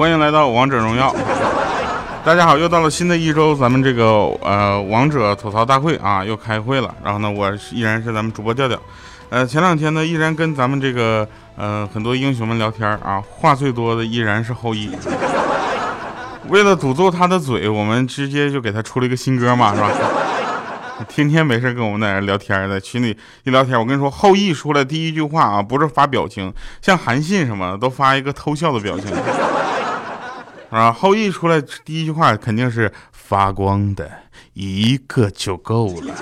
欢迎来到王者荣耀。大家好，又到了新的一周，咱们这个王者吐槽大会啊又开会了。然后呢，我依然是咱们主播调调。前两天呢，依然跟咱们这个很多英雄们聊天啊，话最多的依然是后羿。为了诅咒他的嘴，我们直接就给他出了一个新歌嘛，是吧？天天没事跟我们在这聊天，在群里一聊天，我跟你说，后羿出来第一句话啊，不是发表情，像韩信什么都发一个偷笑的表情啊。后羿出来第一句话肯定是发光的一个就够了。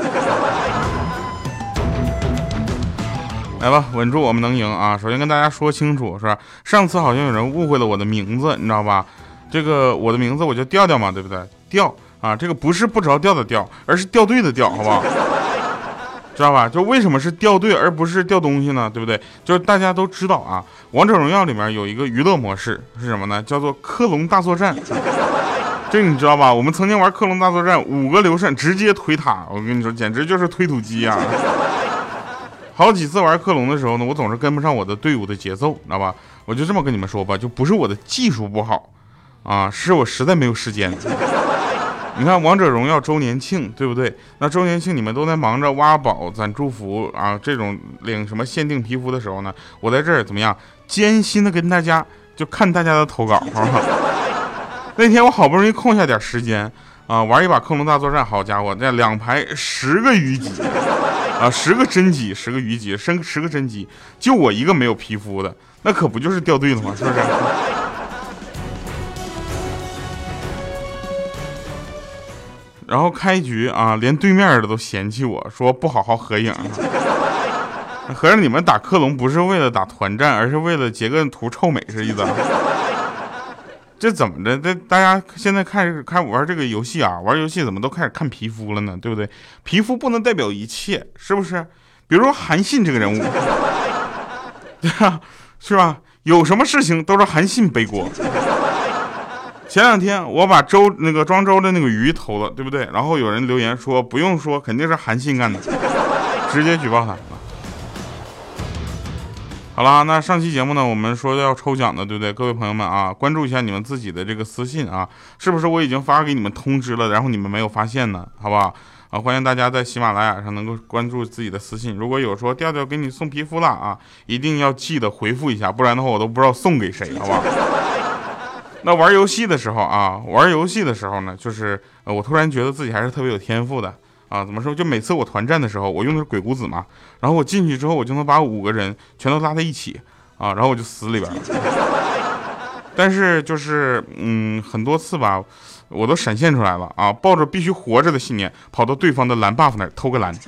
来吧，稳住，我们能赢啊！首先跟大家说清楚，是吧？上次好像有人误会了我的名字，你知道吧？这个我的名字我就调调嘛，对不对？调啊，这个不是不着调的调，而是掉队的调，好不好？知道吧？就为什么是掉队而不是掉东西呢？对不对？就是大家都知道啊，王者荣耀里面有一个娱乐模式是什么呢？叫做克隆大作战。这你知道吧？我们曾经玩克隆大作战，5个刘禅直接推塔，我跟你说，简直就是推土机啊！好几次玩克隆的时候呢，我总是跟不上我的队伍的节奏，知道吧？我就这么跟你们说吧，就不是我的技术不好啊，是我实在没有时间。你看王者荣耀周年庆，对不对？那周年庆你们都在忙着挖宝、攒祝福啊，这种领什么限定皮肤的时候呢，我在这儿怎么样？艰辛的跟大家就看大家的投稿，好不好？那天我好不容易空下点时间啊，玩一把克隆大作战，好家伙，这2排10个虞姬啊，10个真姬，10个虞姬，10个真姬，就我一个没有皮肤的，那可不就是掉队了吗？是不是？然后开局啊，连对面的都嫌弃我说不好好合影。合着你们打克隆不是为了打团战，而是为了截个图臭美是意思？这怎么的？这大家现在开始玩这个游戏啊，玩游戏怎么都开始看皮肤了呢？对不对？皮肤不能代表一切，是不是？比如说韩信这个人物，对啊，是吧？有什么事情都是韩信背锅。前两天我把庄周的那个鱼投了，对不对？然后有人留言说不用说，肯定是韩信干的，直接举报他。好了，那上期节目呢，我们说要抽奖的，对不对？各位朋友们啊，关注一下你们自己的这个私信啊，是不是我已经发给你们通知了，然后你们没有发现呢？好不好？啊，欢迎大家在喜马拉雅上能够关注自己的私信。如果有说调调给你送皮肤了啊，一定要记得回复一下，不然的话我都不知道送给谁，好不好？那玩游戏的时候呢，就是我突然觉得自己还是特别有天赋的啊。怎么说？就每次我团战的时候，我用的是鬼谷子嘛，然后我进去之后，我就能把5个人全都拉在一起啊，然后我就死里边了。但是就是很多次吧，我都闪现出来了啊，抱着必须活着的信念，跑到对方的蓝 buff 那儿偷个蓝。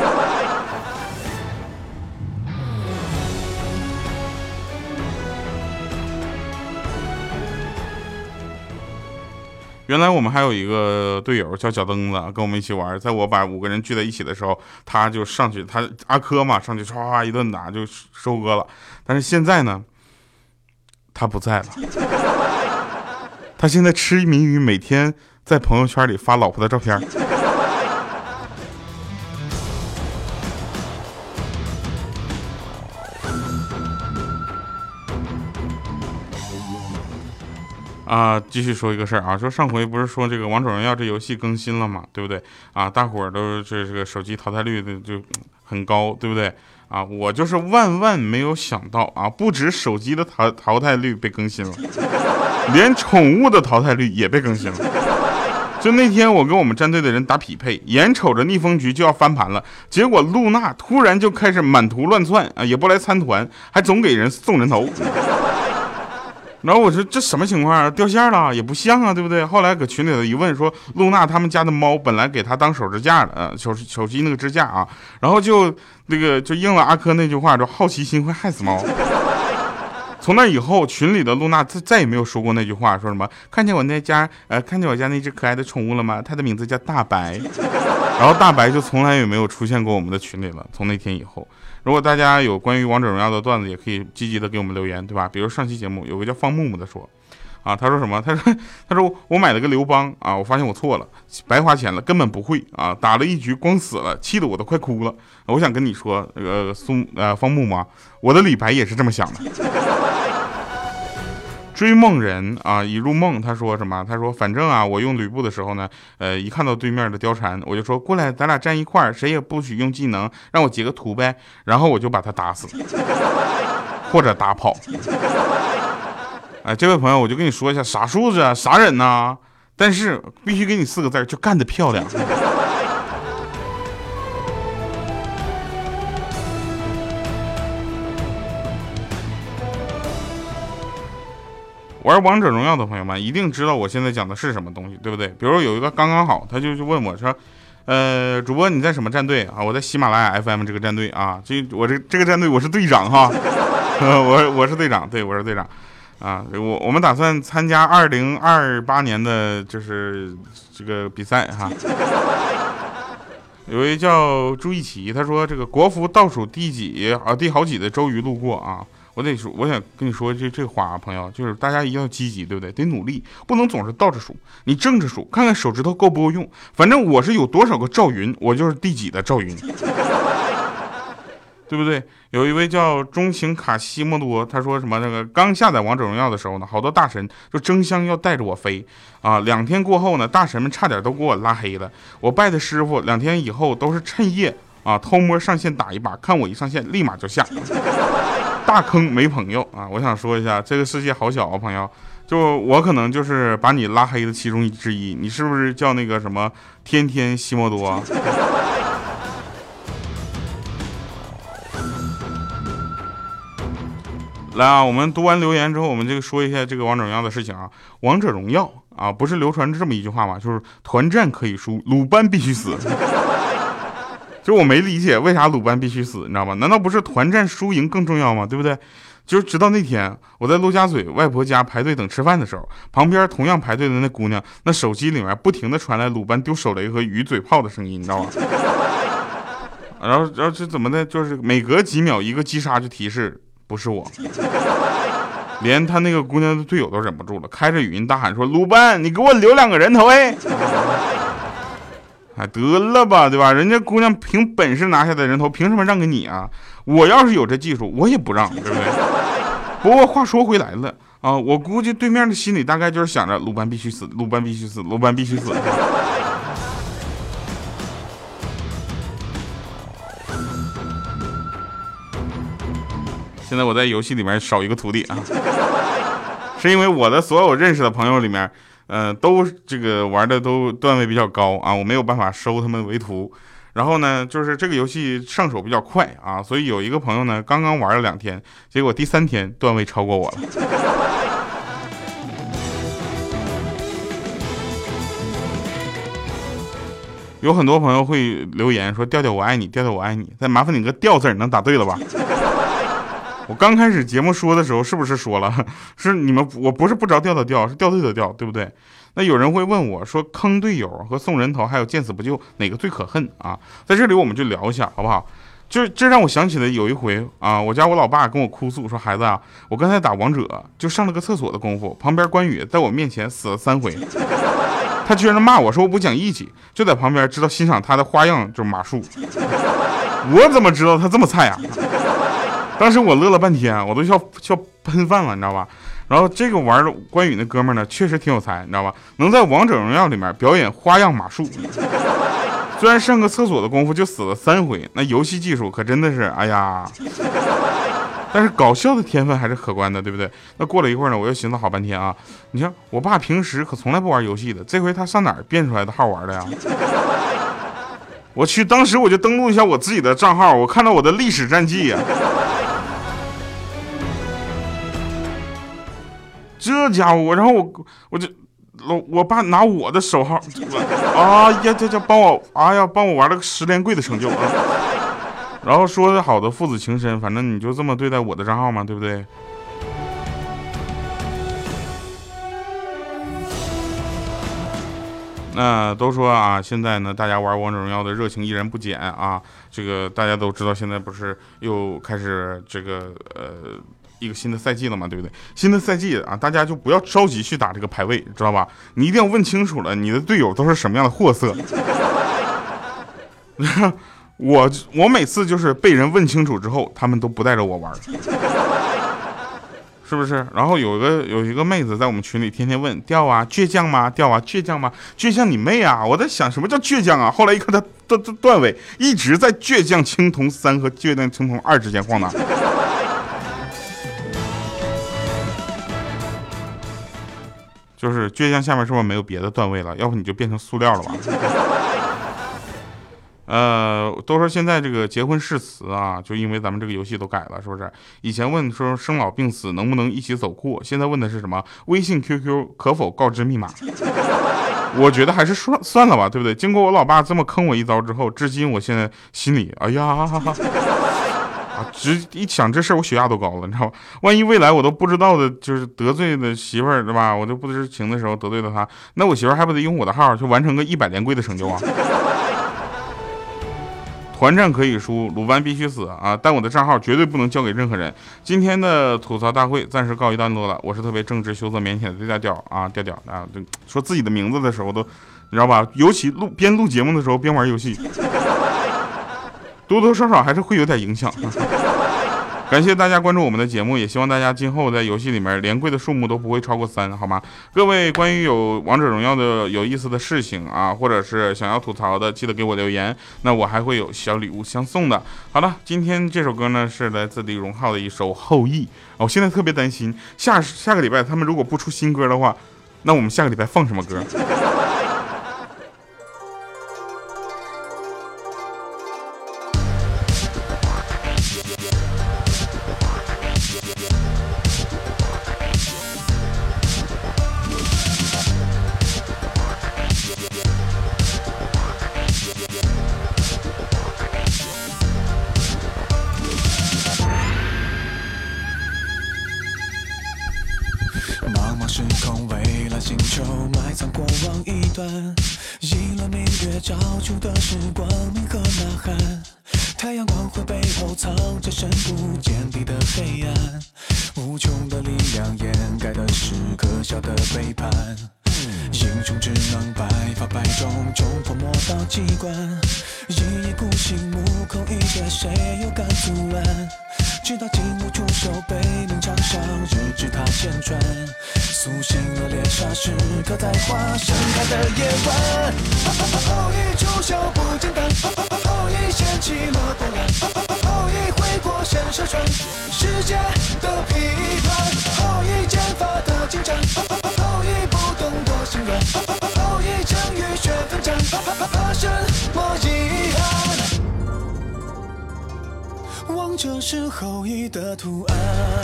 原来我们还有一个队友叫小灯子，跟我们一起玩。在我把5个人聚在一起的时候，他就上去，他阿珂嘛，上去唰一顿打就收割了。但是现在呢，他不在了。他现在痴迷于每天在朋友圈里发老婆的照片。啊，继续说一个事儿啊，说上回不是说这个王者荣耀这游戏更新了嘛，对不对啊？大伙儿都这个手机淘汰率的就很高，对不对啊？我就是万没有想到啊，不止手机的淘汰率被更新了，连宠物的淘汰率也被更新了。就那天我跟我们战队的人打匹配，眼瞅着逆风局就要翻盘了，结果露娜突然就开始满图乱窜啊，也不来参团，还总给人送人头。然后我说这什么情况啊？掉线了也不像啊，对不对？后来搁群里头一问，说露娜他们家的猫本来给他当手支架的，手机那个支架啊，然后就应了阿珂那句话，说好奇心会害死猫。从那以后，群里的露娜再也没有说过那句话，说什么看见我家那只可爱的宠物了吗？它的名字叫大白。然后大白就从来也没有出现过我们的群里了。从那天以后，如果大家有关于王者荣耀的段子，也可以积极的给我们留言，对吧？比如上期节目有个叫方木木的说，啊，他说什么？他说我买了个刘邦啊，我发现我错了，白花钱了，根本不会啊，打了一局光死了，气得我都快哭了。我想跟你说，方木木啊，我的李白也是这么想的。 追梦人啊，已入梦。他说什么？他说反正啊，我用吕布的时候呢，一看到对面的貂蝉，我就说过来，咱俩站一块儿，谁也不许用技能，让我截个图呗。然后我就把他打死，或者打跑。哎，这位朋友，我就跟你说一下，啥素质啊，啥人呐？但是必须给你4个字，就干得漂亮。玩王者荣耀的朋友们一定知道我现在讲的是什么东西，对不对？比如有一个刚刚好，他就问我说，主播你在什么战队啊？我在喜马拉雅 FM 这个战队啊，我这个战队我是队长哈，我是队长，对，我是队长啊。我们打算参加2028年的就是这个比赛哈。有一叫朱一奇，他说这个国服倒数第几啊？第好几的周瑜路过啊。我想跟你说这话啊，朋友，就是大家一定要积极，对不对？得努力，不能总是倒着数，你正着数，看看手指头够不够用。反正我是有多少个赵云，我就是第几的赵云，对不对？有一位叫钟情卡西莫多，他说什么那个刚下载王者荣耀的时候呢，好多大神就争相要带着我飞啊。2天过后呢，大神们差点都给我拉黑了。我拜的师傅2天以后都是趁夜啊偷摸上线打一把，看我一上线立马就下。大坑没朋友啊！我想说一下，这个世界好小啊，朋友。就我可能就是把你拉黑的其中之一，你是不是叫那个什么天天西莫多啊？来啊，我们读完留言之后，我们这个说一下这个王者荣耀的事情啊。王者荣耀啊，不是流传着这么一句话吗？就是团战可以输，鲁班必须死。就我没理解为啥鲁班必须死，你知道吗？难道不是团战输赢更重要吗？对不对？就是直到那天我在陆家嘴外婆家排队等吃饭的时候，旁边同样排队的那姑娘，那手机里面不停的传来鲁班丢手雷和鱼嘴炮的声音，你知道吗？然后这怎么的？就是每隔几秒一个击杀就提示不是我，连他那个姑娘的队友都忍不住了，开着语音大喊说：“鲁班，你给我留2个人头哎！”哎，得了吧，对吧？人家姑娘凭本事拿下的人头，凭什么让给你啊？我要是有这技术，我也不让，对不对？不过话说回来了啊，我估计对面的心里大概就是想着鲁班必须死，鲁班必须死，鲁班必须死。现在我在游戏里面少一个徒弟啊，是因为我的所有认识的朋友里面。都这个玩的都段位比较高啊，我没有办法收他们为徒。然后呢，就是这个游戏上手比较快啊，所以有一个朋友呢，刚刚玩了2天，结果第3天段位超过我了。有很多朋友会留言说：“调调我爱你，调调我爱你。”再麻烦你个调字能打对了吧？我刚开始节目说的时候是不是说了是你们？我不是不着调的调，是掉队的调，对不对？那有人会问我说，坑队友和送人头还有见死不救哪个最可恨啊？在这里我们就聊一下好不好？这让我想起了有一回啊，我老爸跟我哭诉说，孩子啊，我刚才打王者就上了个厕所的功夫，旁边关羽在我面前死了3回，他居然骂我说我不讲义气，就在旁边知道欣赏他的花样就是马术，我怎么知道他这么菜啊？当时我乐了半天，我都笑喷饭了，你知道吧？然后这个玩关羽那哥们呢，确实挺有才，你知道吧？能在王者荣耀里面表演花样马术，虽然上个厕所的功夫就死了3回，那游戏技术可真的是，哎呀！但是搞笑的天分还是可观的，对不对？那过了一会儿呢，我又寻思好半天啊，你看我爸平时可从来不玩游戏的，这回他上哪儿变出来的号玩的呀？我去，当时我就登录一下我自己的账号，我看到我的历史战绩呀。这家伙，然后我就我爸拿我的手号，啊呀，这帮我，哎呀，帮我玩了个10连跪的成就啊。然后说好的父子情深，反正你就这么对待我的账号吗？对不对？那都说啊，现在呢，大家玩王者荣耀的热情依然不减啊。这个大家都知道，现在不是又开始这个一个新的赛季了嘛，对不对？新的赛季啊，大家就不要着急去打这个排位，知道吧？你一定要问清楚了，你的队友都是什么样的货色。我每次就是被人问清楚之后，他们都不带着我玩。 是不是？然后有一个妹子在我们群里天天问调啊倔强吗？调啊倔强吗？倔强你妹啊！我在想什么叫倔强啊？后来一看他段位一直在倔强青铜3和倔强青铜2之间晃荡。就是倔强下面是不是没有别的段位了？要不你就变成塑料了吧？都说现在这个结婚誓词啊，就因为咱们这个游戏都改了，是不是？以前问说生老病死能不能一起走过，现在问的是什么？微信 QQ 可否告知密码？我觉得还是算了吧，对不对？经过我老爸这么坑我一遭之后，至今我现在心里，哎呀，一想这事儿我血压都高了，你知道吧？万一未来我都不知道的，就是得罪的媳妇儿，对吧？我就不知情的时候得罪了她，那我媳妇儿还不得用我的号去完成个100连跪的成就啊？团战可以输，鲁班必须死啊！但我的账号绝对不能交给任何人。今天的吐槽大会暂时告一段落了，我是特别正直、羞涩、腼腆的调啊，说自己的名字的时候都，你知道吧？尤其边录节目的时候边玩游戏，多多少少还是会有点影响。感谢大家关注我们的节目，也希望大家今后在游戏里面连跪的数目都不会超过3，好吗？各位关于有王者荣耀的有意思的事情啊，或者是想要吐槽的，记得给我留言，那我还会有小礼物相送的。好了，今天这首歌呢是来自李荣浩的一首《后羿》。我现在特别担心下个礼拜他们如果不出新歌的话，那我们下个礼拜放什么歌？ 时空未来星球埋藏过往一段，一轮明月照出的是光明和呐喊。太阳光辉背后藏着深不见底的黑暗，无穷的力量掩盖的是可笑的背叛。英雄只能百发百中，冲破魔道机关，一意孤行，目空一切，谁又敢阻拦？直到金兀出手，被明场上，日志他千传，苏醒了猎杀时刻在花盛开的夜晚。后羿出手不简单，后羿掀起了波澜，后羿挥过神蛇船，世界的批判。后羿剑法的精湛，后羿不懂多心软，后羿正浴血奋战，怕什么遗憾？王者是后羿的图案。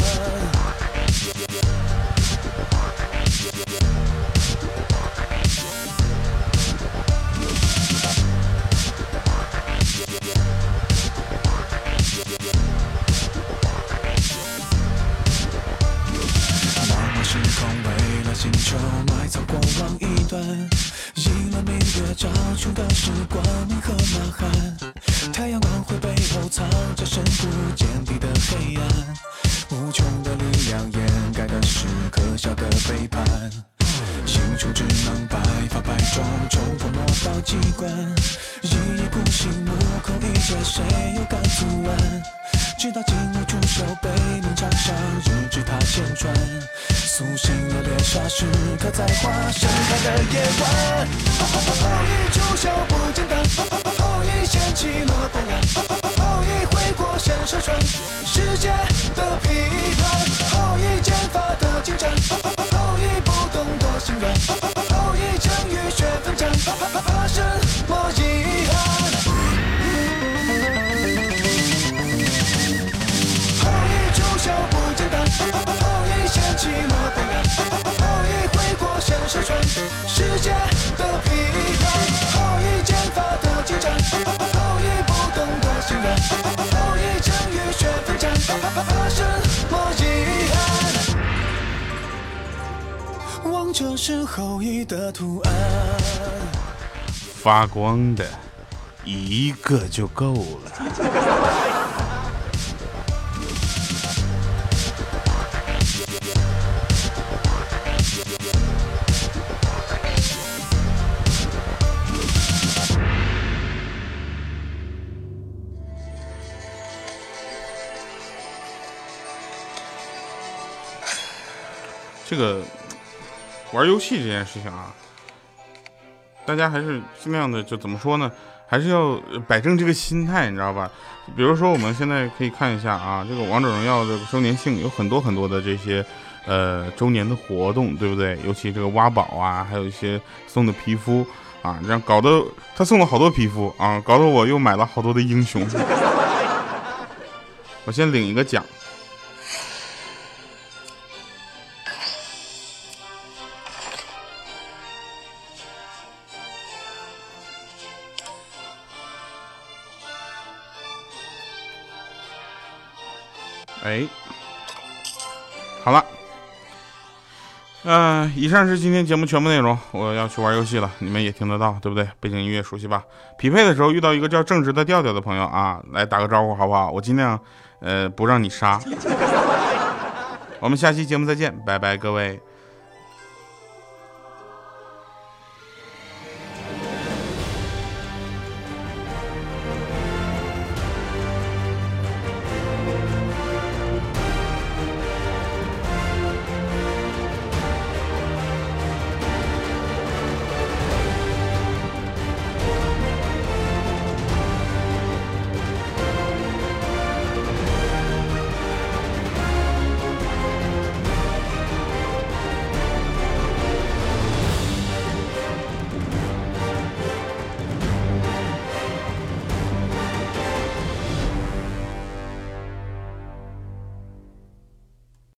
时空为了星球埋藏过往一段，一轮明月照出的是光明和呐喊。太阳光辉背后藏着深不见底的黑暗，无穷的力量掩盖的是可笑的背叛。英雄只能百发百中，冲破魔道机关，一意孤行，目空一切，谁又敢阻拦？直到金兀出手，被明场上，日志他千传，苏醒了猎杀时刻在花盛开的夜晚。后羿出手不简单，后羿掀起了波澜，后羿挥过神蛇船，世界的批判。后羿剑法的精湛，后羿不懂多心软，后羿正浴血奋战，怕什么遗憾？后羿出手不简单，后羿掀起了波澜，后羿挥过神蛇船，世界的批判。后羿剑法的精湛，后羿不懂多心软，后羿正浴血奋战，怕什么遗憾？王者是后羿的图案， 发光的一个就够了。 这个玩游戏这件事情啊，大家还是尽量的，就怎么说呢，还是要摆正这个心态，你知道吧？比如说我们现在可以看一下啊，这个王者荣耀这个周年庆有很多很多的这些周年的活动，对不对？尤其这个挖宝啊，还有一些送的皮肤啊，这样搞得他送了好多皮肤啊，搞得我又买了好多的英雄。我先领一个奖。哎，好了，以上是今天节目全部内容。我要去玩游戏了，你们也听得到，对不对？背景音乐熟悉吧？匹配的时候遇到一个叫正直的调调的朋友啊，来打个招呼好不好？我尽量不让你杀。我们下期节目再见，拜拜各位。